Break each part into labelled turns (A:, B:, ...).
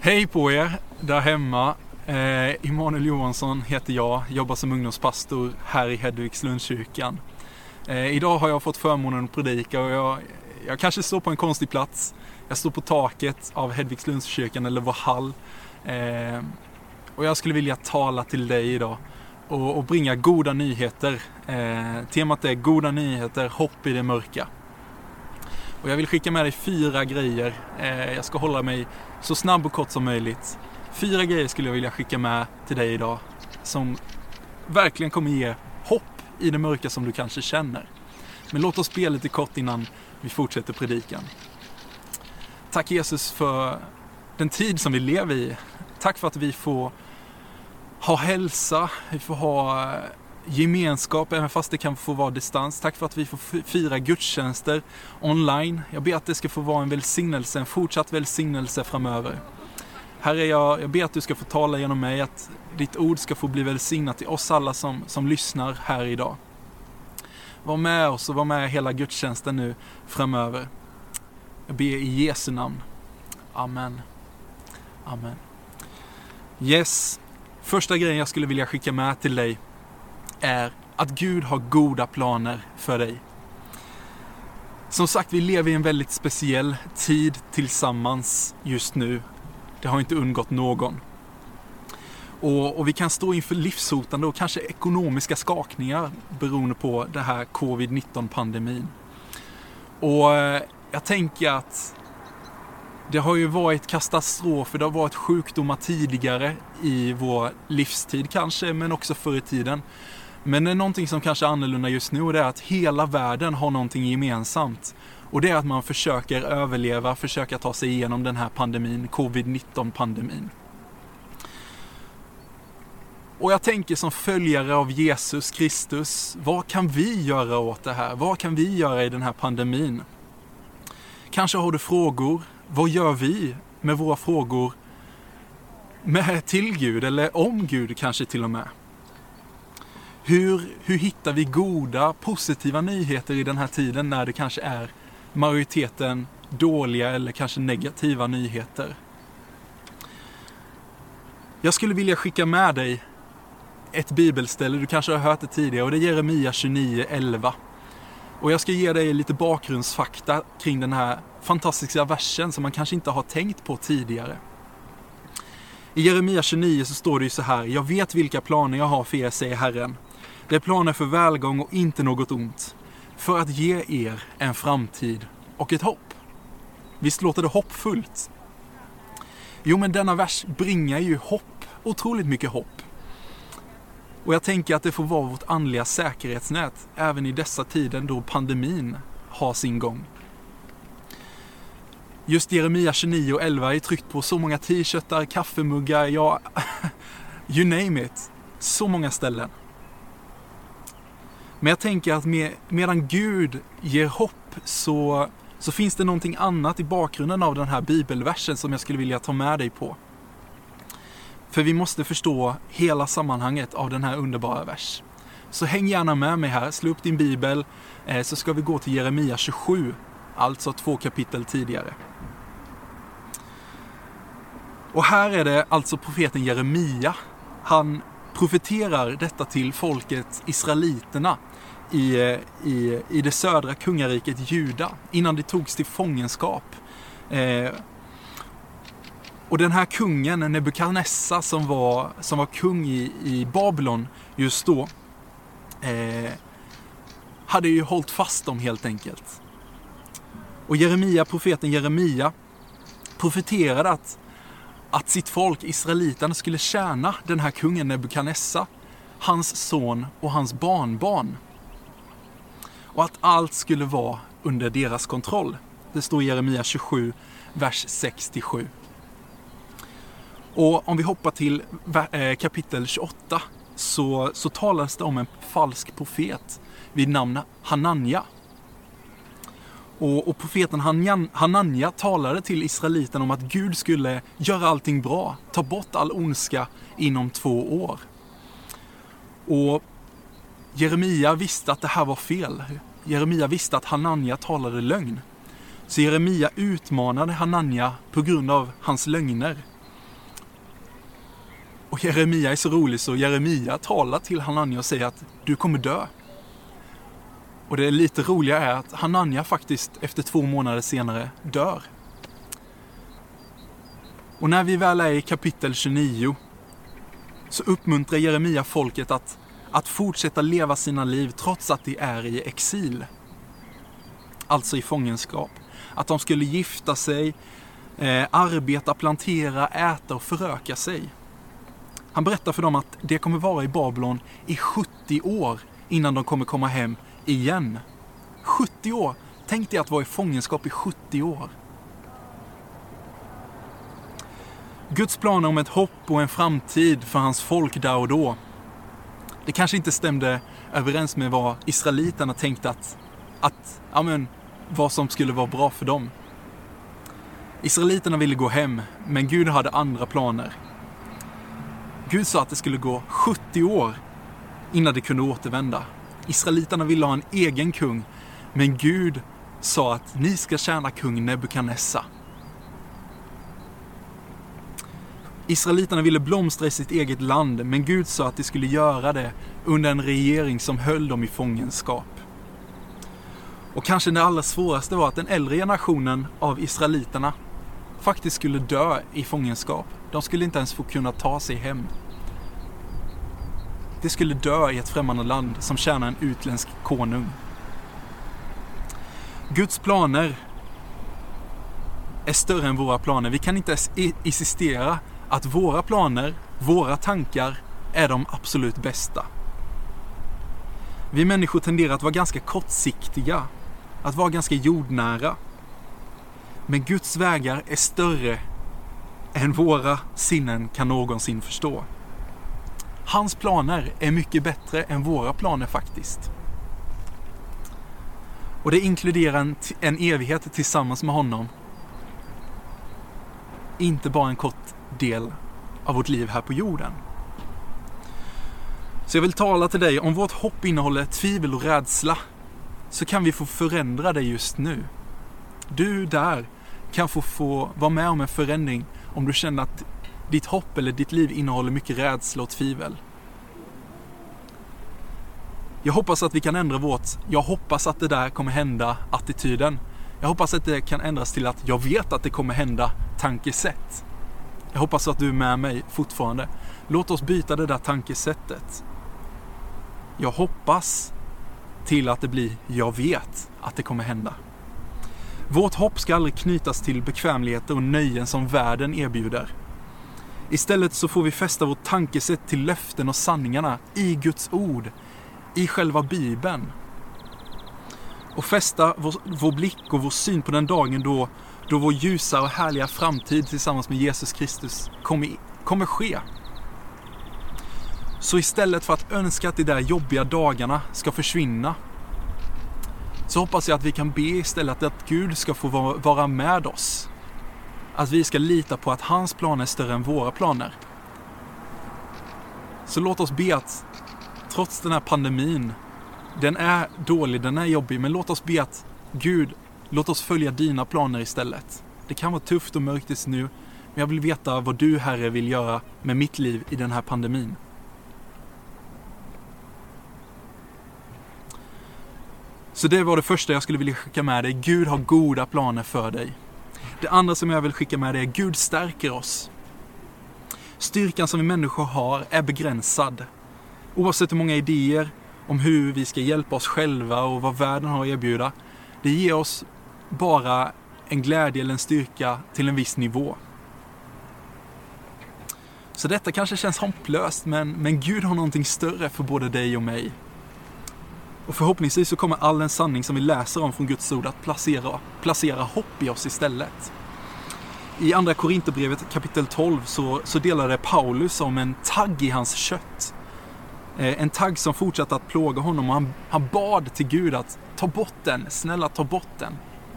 A: Hej på er där hemma. Emanuel Johansson heter jag, jobbar som ungdomspastor här i Hedvigslundskyrkan. Idag har jag fått förmånen att predika och jag kanske står på en konstig plats. Jag står på taket av Hedvigslundskyrkan eller vår hall. Och jag skulle vilja tala till dig idag och bringa goda nyheter. Temat är goda nyheter, hopp i det mörka. Och jag vill skicka med dig 4 grejer. Jag ska hålla mig så snabb och kort som möjligt. 4 grejer skulle jag vilja skicka med till dig idag som verkligen kommer ge hopp i det mörka som du kanske känner. Men låt oss be lite kort innan vi fortsätter predikan. Tack Jesus för den tid som vi lever i. Tack för att vi får ha hälsa, vi får ha gemenskap även fast det kan få vara distans. Tack för att vi får fira gudstjänster online. Jag ber att det ska få vara en välsignelse, en fortsatt välsignelse framöver. Herre, jag ber att du ska få tala genom mig, att ditt ord ska få bli välsignat till oss alla som lyssnar här idag. Var med oss och var med hela gudstjänsten nu framöver. Jag ber i Jesu namn. Amen. Amen. Yes. Första grejen jag skulle vilja skicka med till dig är att Gud har goda planer för dig. Som sagt, vi lever i en väldigt speciell tid tillsammans just nu. Det har inte undgått någon. Och vi kan stå inför livshotande och kanske ekonomiska skakningar beroende på det här covid-19-pandemin. Och jag tänker att det har ju varit katastrofer, det har varit sjukdomar tidigare i vår livstid kanske, men också förr i tiden. Men det är någonting som kanske är annorlunda just nu, och det är att hela världen har någonting gemensamt. Och det är att man försöker överleva, försöka ta sig igenom den här pandemin, covid-19-pandemin. Och jag tänker som följare av Jesus Kristus, vad kan vi göra åt det här? Vad kan vi göra i den här pandemin? Kanske har du frågor. Vad gör vi med våra frågor till Gud eller om Gud kanske till och med? Hur hittar vi goda, positiva nyheter i den här tiden när det kanske är majoriteten dåliga eller kanske negativa nyheter? Jag skulle vilja skicka med dig ett bibelställe, du kanske har hört det tidigare, och det är Jeremia 29:11. Och jag ska ge dig lite bakgrundsfakta kring den här fantastiska versen som man kanske inte har tänkt på tidigare. I Jeremia 29 så står det ju så här: Jag vet vilka planer jag har för er, säger Herren. Det är planer för välgång och inte något ont, för att ge er en framtid och ett hopp. Visst låter det hoppfullt? Jo, men denna vers bringar ju hopp, otroligt mycket hopp. Och jag tänker att det får vara vårt andliga säkerhetsnät även i dessa tider då pandemin har sin gång. Just Jeremia 29:11 är tryckt på så många t-shirtar, kaffemuggar, ja, you name it. Så många ställen. Men jag tänker att medan Gud ger hopp så finns det någonting annat i bakgrunden av den här bibelversen som jag skulle vilja ta med dig på. För vi måste förstå hela sammanhanget av den här underbara vers. Så häng gärna med mig här, slå upp din bibel, så ska vi gå till Jeremia 27, alltså 2 kapitel tidigare. Och här är det alltså profeten Jeremia. Han profeterar detta till folket israeliterna i det södra kungariket Juda innan det togs till fångenskap. Och den här kungen, Nebukadnessar, som var kung i Babylon just då, hade ju hållit fast dem helt enkelt. Och profeten Jeremia profeterade att sitt folk, israeliterna, skulle tjäna den här kungen Nebukadnessar, hans son och hans barnbarn. Och att allt skulle vara under deras kontroll. Det står i Jeremia 27, vers 6-7. Och om vi hoppar till kapitel 28 så talas det om en falsk profet vid namn Hananja. Och profeten Hananja talade till israeliterna om att Gud skulle göra allting bra, ta bort all ondska inom 2 år. Och Jeremia visste att det här var fel. Jeremia visste att Hananja talade lögn. Så Jeremia utmanade Hananja på grund av hans lögner. Och Jeremia är så rolig så Jeremia talar till Hananja och säger att du kommer dö. Och det lite roliga är att Hananja faktiskt efter 2 månader senare dör. Och när vi väl är i kapitel 29 så uppmuntrar Jeremia folket att fortsätta leva sina liv trots att de är i exil. Alltså i fångenskap. Att de skulle gifta sig, arbeta, plantera, äta och föröka sig. Han berättar för dem att det kommer vara i Babylon i 70 år innan de kommer komma hem igen. 70 år! Tänk dig att vara i fångenskap i 70 år. Guds planer om ett hopp och en framtid för hans folk där och då. Det kanske inte stämde överens med vad israeliterna tänkte vad som skulle vara bra för dem. Israeliterna ville gå hem, men Gud hade andra planer. Gud sa att det skulle gå 70 år innan de kunde återvända. Israeliterna ville ha en egen kung, men Gud sa att ni ska tjäna kung Nebukadnessar. Israeliterna ville blomstra i sitt eget land, men Gud sa att de skulle göra det under en regering som höll dem i fångenskap. Och kanske det allra svåraste var att den äldre generationen av israeliterna faktiskt skulle dö i fångenskap. De skulle inte ens få kunna ta sig hem. De skulle dö i ett främmande land som tjänar en utländsk konung. Guds planer är större än våra planer. Vi kan inte insistera att våra planer, våra tankar är de absolut bästa. Vi människor tenderar att vara ganska kortsiktiga, att vara ganska jordnära. Men Guds vägar är större än våra sinnen kan någonsin förstå. Hans planer är mycket bättre än våra planer faktiskt. Och det inkluderar en evighet tillsammans med honom. Inte bara en kort del av vårt liv här på jorden. Så jag vill tala till dig, om vårt hopp innehåller tvivel och rädsla, så kan vi få förändra det just nu. Du där kan få vara med om en förändring om du känner att ditt hopp eller ditt liv innehåller mycket rädsla och tvivel. Jag hoppas att vi kan ändra jag hoppas att det där kommer hända attityden. Jag hoppas att det kan ändras till att jag vet att det kommer hända tankesätt. Jag hoppas att du är med mig fortfarande. Låt oss byta det där tankesättet. Jag hoppas till att det blir jag vet att det kommer hända. Vårt hopp ska aldrig knytas till bekvämligheter och nöjen som världen erbjuder. Istället så får vi fästa vårt tankesätt till löften och sanningarna i Guds ord, i själva Bibeln. Och fästa vår blick och vår syn på den dagen då vår ljusa och härliga framtid tillsammans med Jesus Kristus kommer ske. Så istället för att önska att de där jobbiga dagarna ska försvinna, så hoppas jag att vi kan be istället att Gud ska få vara med oss. Att vi ska lita på att hans planer är större än våra planer. Så låt oss be att trots den här pandemin, den är dålig, den är jobbig, men låt oss be att Gud, låt oss följa dina planer istället. Det kan vara tufft och mörkt just nu, men jag vill veta vad du, Herre, vill göra med mitt liv i den här pandemin. Så det var det första jag skulle vilja skicka med dig. Gud har goda planer för dig. Det andra som jag vill skicka med dig är Gud stärker oss. Styrkan som vi människor har är begränsad. Oavsett hur många idéer om hur vi ska hjälpa oss själva och vad världen har att erbjuda, det ger oss bara en glädje eller en styrka till en viss nivå. Så detta kanske känns hopplöst, men Gud har någonting större för både dig och mig. Och förhoppningsvis så kommer all den sanning som vi läser om från Guds ord att placera hopp i oss istället. I andra Korinthierbrevet kapitel 12 så delade Paulus om en tagg i hans kött. En tagg som fortsatte att plåga honom, och han bad till Gud att ta bort den, snälla ta bort den.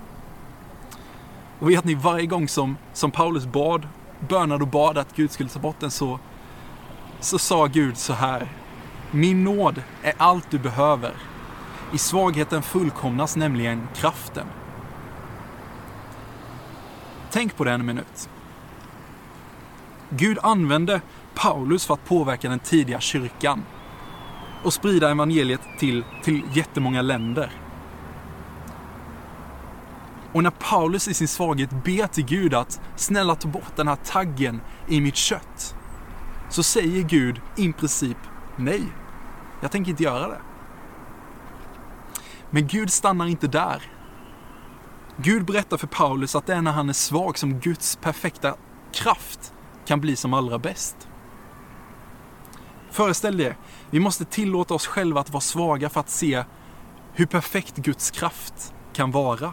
A: Och vet ni, varje gång som Paulus bönade och bad att Gud skulle ta bort den, så sa Gud så här: min nåd är allt du behöver. I svagheten fullkomnas nämligen kraften. Tänk på det en minut. Gud använde Paulus för att påverka den tidiga kyrkan och sprida evangeliet till jättemånga länder. Och när Paulus i sin svaghet ber till Gud att snälla ta bort den här taggen i mitt kött, så säger Gud i princip nej. Jag tänker inte göra det. Men Gud stannar inte där. Gud berättar för Paulus att det är när han är svag som Guds perfekta kraft kan bli som allra bäst. Föreställ dig, vi måste tillåta oss själva att vara svaga för att se hur perfekt Guds kraft kan vara.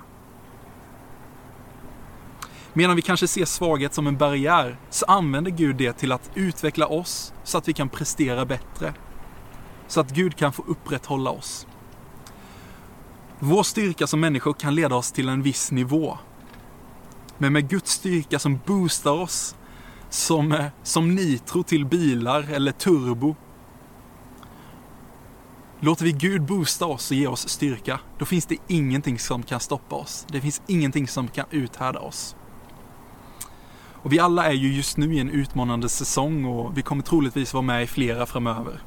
A: Medan vi kanske ser svaghet som en barriär, så använder Gud det till att utveckla oss så att vi kan prestera bättre. Så att Gud kan få upprätthålla oss. Vår styrka som människor kan leda oss till en viss nivå. Men med Guds styrka som boostar oss, som nitro till bilar eller turbo, låter vi Gud boosta oss och ge oss styrka, då finns det ingenting som kan stoppa oss. Det finns ingenting som kan uthärda oss. Och vi alla är ju just nu i en utmanande säsong och vi kommer troligtvis vara med i flera framöver.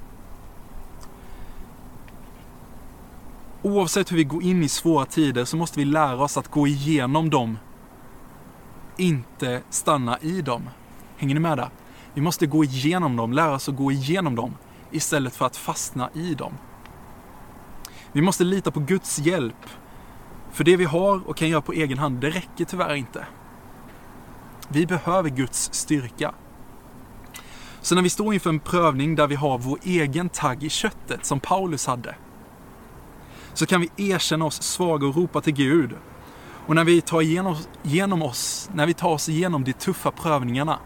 A: Oavsett hur vi går in i svåra tider så måste vi lära oss att gå igenom dem, inte stanna i dem. Hänger ni med där? Vi måste gå igenom dem, lära oss att gå igenom dem istället för att fastna i dem. Vi måste lita på Guds hjälp, för det vi har och kan göra på egen hand, det räcker tyvärr inte. Vi behöver Guds styrka. Så när vi står inför en prövning där vi har vår egen tagg i köttet, som Paulus hade, så kan vi erkänna oss svaga och ropa till Gud. Och när vi tar oss igenom de tuffa prövningarna,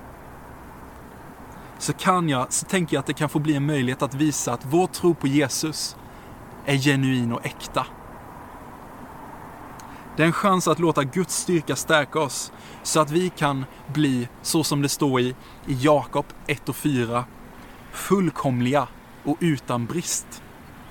A: så tänker jag att det kan få bli en möjlighet att visa att vår tro på Jesus är genuin och äkta. Det är en chans att låta Guds styrka stärka oss så att vi kan bli, så som det står i Jakob 1:4, fullkomliga och utan brist.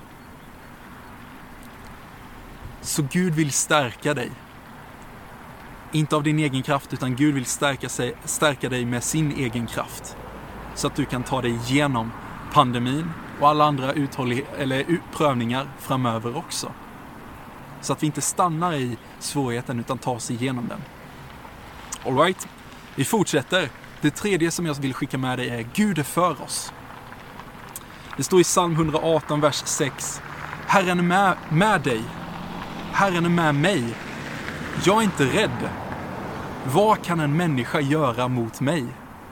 A: Så Gud vill stärka dig. Inte av din egen kraft, utan Gud vill stärka dig med sin egen kraft. Så att du kan ta dig igenom pandemin och alla andra prövningar framöver också. Så att vi inte stannar i svårigheten utan tar oss igenom den. All right, vi fortsätter. Det tredje som jag vill skicka med dig är: Gud är för oss. Det står i psalm 118, vers 6. Herren är med dig. Herren är med mig. Jag är inte rädd. Vad kan en människa göra mot mig?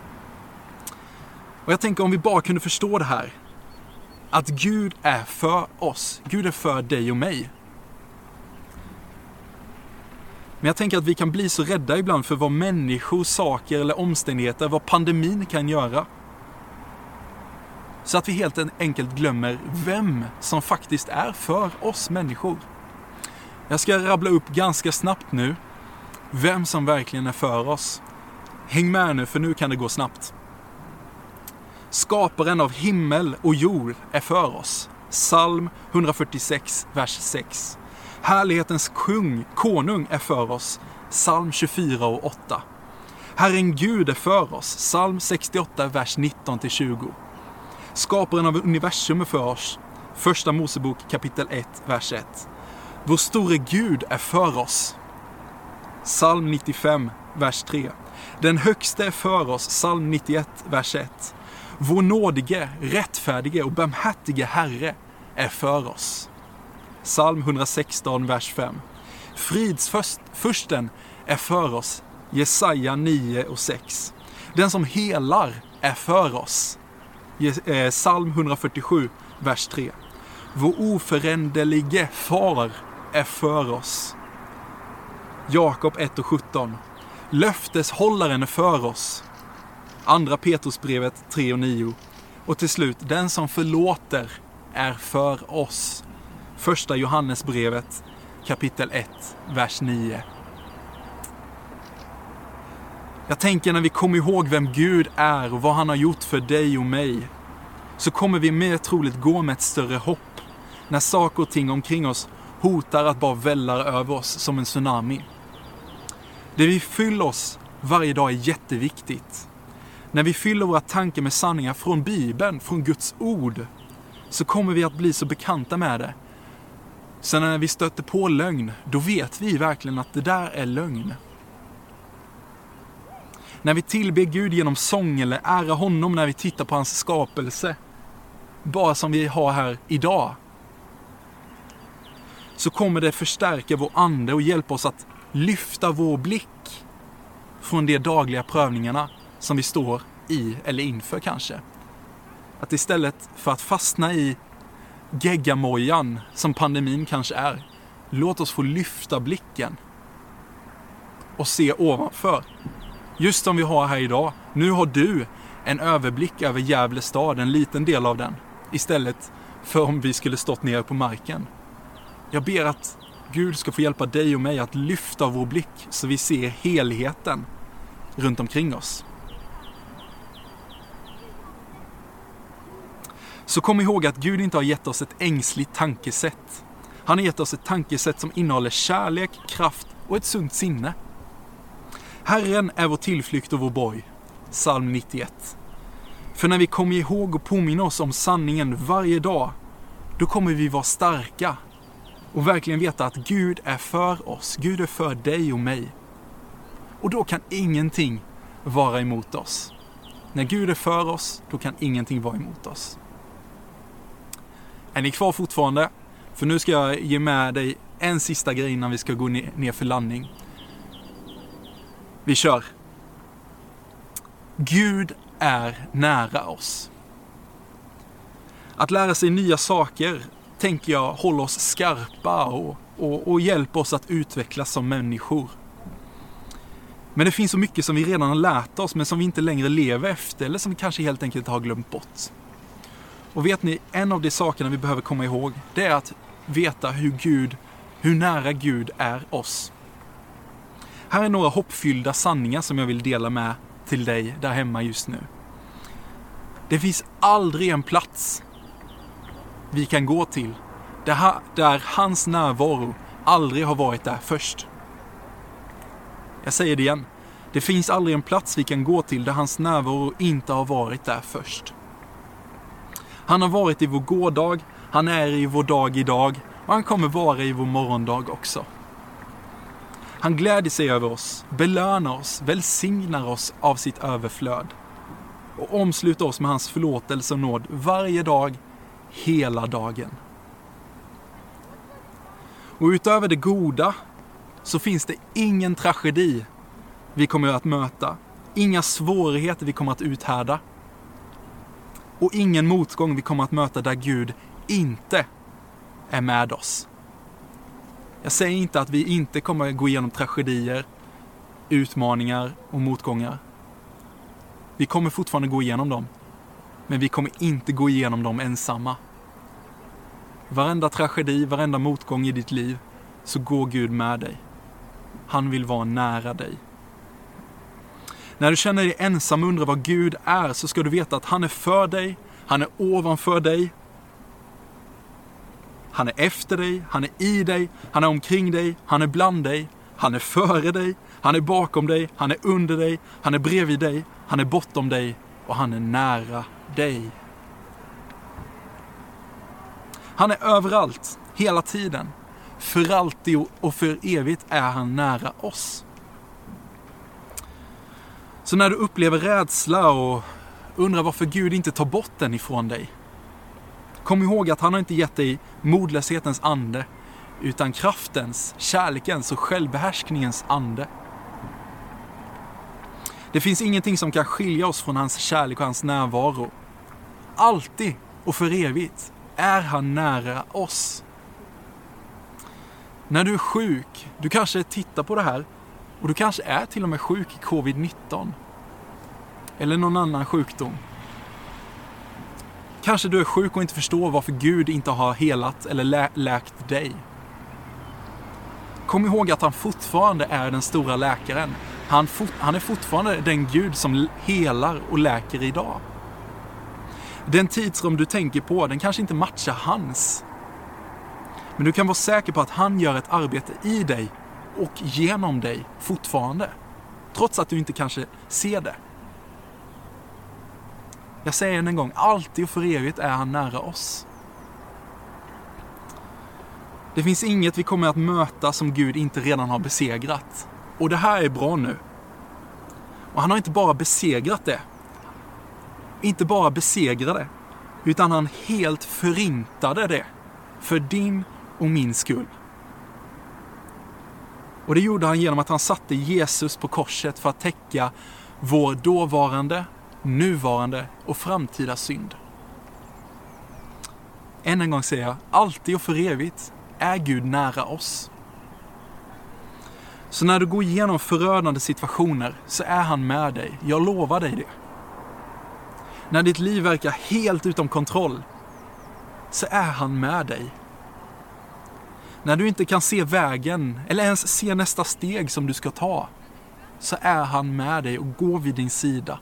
A: Och jag tänker, om vi bara kunde förstå det här. Att Gud är för oss. Gud är för dig och mig. Men jag tänker att vi kan bli så rädda ibland för vad människor, saker eller omständigheter, vad pandemin kan göra. Så att vi helt enkelt glömmer vem som faktiskt är för oss människor. Jag ska rabbla upp ganska snabbt nu vem som verkligen är för oss. Häng med nu, för nu kan det gå snabbt. Skaparen av himmel och jord är för oss. Psalm 146, vers 6. Härlighetens konung är för oss. Psalm 24 och 8. Herren Gud är för oss. Psalm 68, vers 19-20. Skaparen av universum är för oss. Första Mosebok kapitel 1, vers 1. Vår store Gud är för oss. Psalm 95, vers 3. Den högste är för oss. Psalm 91, vers 1. Vår nådige, rättfärdige och barmhärtige Herre är för oss. Psalm 116, vers 5. Fridsfursten är för oss. Jesaja 9 och 6. Den som helar är för oss. Psalm 147, vers 3. Vår oföränderlige far är för oss. Jakob 1 och 17. Löfteshållaren är för oss. Andra Petrusbrevet 3 och 9. Och till slut, den som förlåter är för oss. Första Johannesbrevet kapitel 1, vers 9. Jag tänker, när vi kommer ihåg vem Gud är och vad han har gjort för dig och mig, så kommer vi mer troligt gå med ett större hopp när saker och ting omkring oss hotar att bara välla över oss som en tsunami. Det vi fyller oss varje dag är jätteviktigt. När vi fyller våra tankar med sanningar från Bibeln, från Guds ord, så kommer vi att bli så bekanta med det. Så när vi stöter på lögn, då vet vi verkligen att det där är lögn. När vi tillber Gud genom sång eller ära honom när vi tittar på hans skapelse, bara som vi har här idag, så kommer det förstärka vår ande och hjälpa oss att lyfta vår blick från de dagliga prövningarna som vi står i eller inför kanske. Att istället för att fastna i geggamojan som pandemin kanske är, låt oss få lyfta blicken och se ovanför. Just som vi har här idag. Nu har du en överblick över Gävle stad, en liten del av den, istället för om vi skulle stått ner på marken. Jag ber att Gud ska få hjälpa dig och mig att lyfta vår blick så vi ser helheten runt omkring oss. Så kom ihåg att Gud inte har gett oss ett ängsligt tankesätt. Han har gett oss ett tankesätt som innehåller kärlek, kraft och ett sunt sinne. Herren är vår tillflykt och vår borg. Psalm 91. För när vi kommer ihåg och påminner oss om sanningen varje dag, då kommer vi vara starka och verkligen veta att Gud är för oss. Gud är för dig och mig. Och då kan ingenting vara emot oss. När Gud är för oss, då kan ingenting vara emot oss. Är ni kvar fortfarande? För nu ska jag ge med dig en sista grej innan vi ska gå ner för landning. Vi kör. Gud är nära oss. Att lära sig nya saker, tänker jag, håller oss skarpa och hjälper oss att utvecklas som människor. Men det finns så mycket som vi redan har lärt oss men som vi inte längre lever efter eller som vi kanske helt enkelt har glömt bort. Och vet ni, en av de sakerna vi behöver komma ihåg, det är att veta hur nära Gud är oss. Här är några hoppfyllda sanningar som jag vill dela med till dig där hemma just nu. Det finns aldrig en plats vi kan gå till där hans närvaro aldrig har varit där först. Jag säger det igen. Det finns aldrig en plats vi kan gå till där hans närvaro inte har varit där först. Han har varit i vår gårdag, han är i vår dag idag och han kommer vara i vår morgondag också. Han gläder sig över oss, belönar oss, välsignar oss av sitt överflöd och omsluter oss med hans förlåtelse och nåd varje dag, hela dagen. Och utöver det goda så finns det ingen tragedi vi kommer att möta, inga svårigheter vi kommer att uthärda och ingen motgång vi kommer att möta där Gud inte är med oss. Jag säger inte att vi inte kommer att gå igenom tragedier, utmaningar och motgångar. Vi kommer fortfarande gå igenom dem. Men vi kommer inte gå igenom dem ensamma. Varenda tragedi, varenda motgång i ditt liv så går Gud med dig. Han vill vara nära dig. När du känner dig ensam och undrar vad Gud är så ska du veta att han är för dig, han är ovanför dig. Han är efter dig, han är i dig, han är omkring dig, han är bland dig, han är före dig, han är bakom dig, han är under dig, han är bredvid dig, han är bortom dig och han är nära dig. Han är överallt, hela tiden. För alltid och för evigt är han nära oss. Så när du upplever rädsla och undrar varför Gud inte tar bort den ifrån dig, kom ihåg att han har inte gett dig modlöshetens ande, utan kraftens, kärlekens och självbehärskningens ande. Det finns ingenting som kan skilja oss från hans kärlek och hans närvaro. Alltid och för evigt är han nära oss. När du är sjuk, du kanske tittar på det här och du kanske är till och med sjuk i covid-19 eller någon annan sjukdom. Kanske du är sjuk och inte förstår varför Gud inte har helat eller läkt dig. Kom ihåg att han fortfarande är den stora läkaren. Han är fortfarande den Gud som helar och läker idag. Den tidsrom du tänker på, den kanske inte matchar hans. Men du kan vara säker på att han gör ett arbete i dig och genom dig fortfarande. Trots att du inte kanske ser det. Jag säger än en gång, alltid och för evigt är han nära oss. Det finns inget vi kommer att möta som Gud inte redan har besegrat. Och det här är bra nu. Och han har inte bara besegrat det. Inte bara besegrade, utan han helt förintade det. För din och min skull. Och det gjorde han genom att han satte Jesus på korset för att täcka vår dåvarande, nuvarande och framtida synd. Än en gång säger jag, alltid och för evigt är Gud nära oss. Så när du går igenom förödande situationer så är han med dig. Jag lovar dig det. När ditt liv verkar helt utom kontroll så är han med dig. När du inte kan se vägen eller ens se nästa steg som du ska ta så är han med dig och går vid din sida.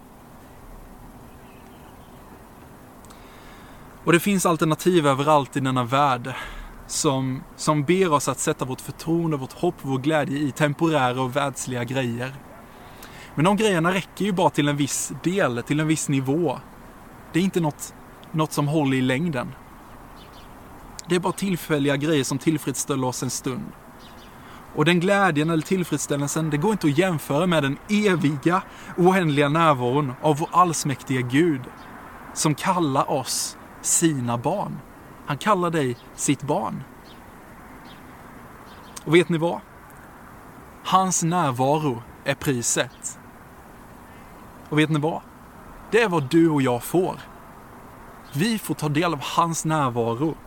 A: Och det finns alternativ överallt i denna värld som ber oss att sätta vårt förtroende, vårt hopp, vår glädje i temporära och världsliga grejer. Men de grejerna räcker ju bara till en viss del, till en viss nivå. Det är inte något som håller i längden. Det är bara tillfälliga grejer som tillfredsställer oss en stund. Och den glädjen eller tillfredsställelsen, det går inte att jämföra med den eviga, oändliga närvaron av vår allsmäktiga Gud som kallar oss sina barn. Han kallar dig sitt barn. Och vet ni vad? Hans närvaro är priset. Och vet ni vad? Det är vad du och jag får. Vi får ta del av hans närvaro.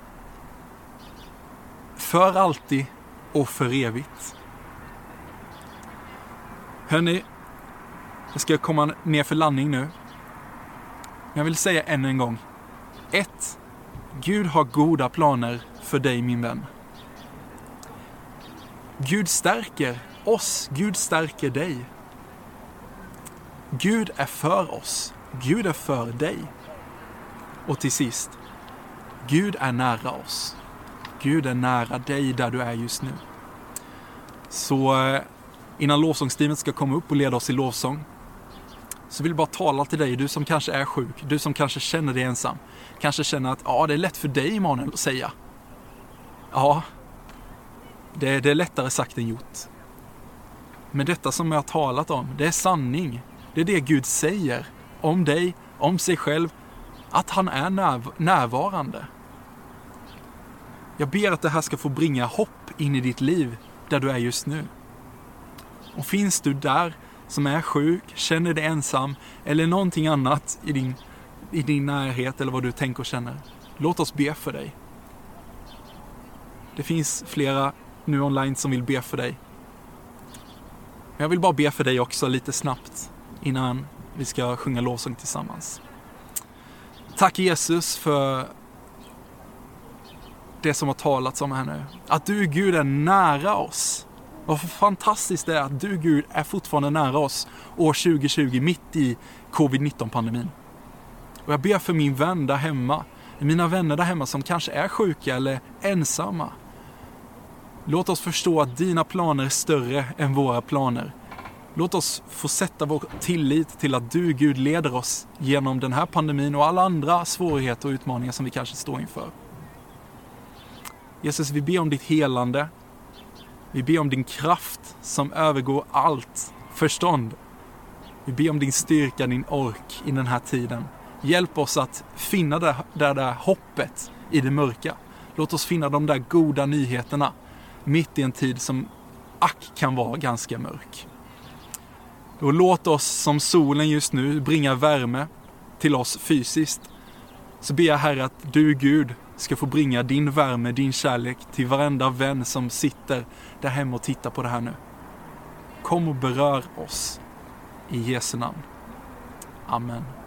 A: För alltid och för evigt. Hörrni, jag ska komma ner för landning nu. Men jag vill säga än en gång. 1. Gud har goda planer för dig, min vän. Gud stärker oss. Gud stärker dig. Gud är för oss. Gud är för dig. Och till sist, Gud är nära oss. Gud är nära dig där du är just nu. Så innan lovsångsteamet ska komma upp och leda oss i lovsång så vill jag bara tala till dig, du som kanske är sjuk, du som kanske känner dig ensam. Kanske känner att det är lätt för dig, Emanuel, att säga. Ja, det är lättare sagt än gjort. Men detta som jag har talat om, det är sanning. Det är det Gud säger om dig, om sig själv, att han är närvarande. Jag ber att det här ska få bringa hopp in i ditt liv där du är just nu. Och finns du där som är sjuk, känner dig ensam eller någonting annat i din närhet eller vad du tänker och känner, låt oss be för dig. Det finns flera nu online som vill be för dig. Men jag vill bara be för dig också lite snabbt innan vi ska sjunga lovsång tillsammans. Tack Jesus för det som har talats om här nu. Att du Gud är nära oss. Vad fantastiskt det är att du Gud är fortfarande nära oss år 2020 mitt i covid-19-pandemin. Och jag ber för min vän där hemma, mina vänner där hemma som kanske är sjuka eller ensamma. Låt oss förstå att dina planer är större än våra planer. Låt oss få sätta vår tillit till att du Gud leder oss genom den här pandemin och alla andra svårigheter och utmaningar som vi kanske står inför. Jesus, vi ber om ditt helande. Vi ber om din kraft som övergår allt förstånd. Vi ber om din styrka, din ork i den här tiden. Hjälp oss att finna det där hoppet i det mörka. Låt oss finna de där goda nyheterna mitt i en tid som kan vara ganska mörk. Och låt oss som solen just nu bringa värme till oss fysiskt. Så ber jag Herre att du Gud ska få bringa din värme, din kärlek till varenda vän som sitter där hemma och tittar på det här nu. Kom och berör oss i Jesu namn. Amen.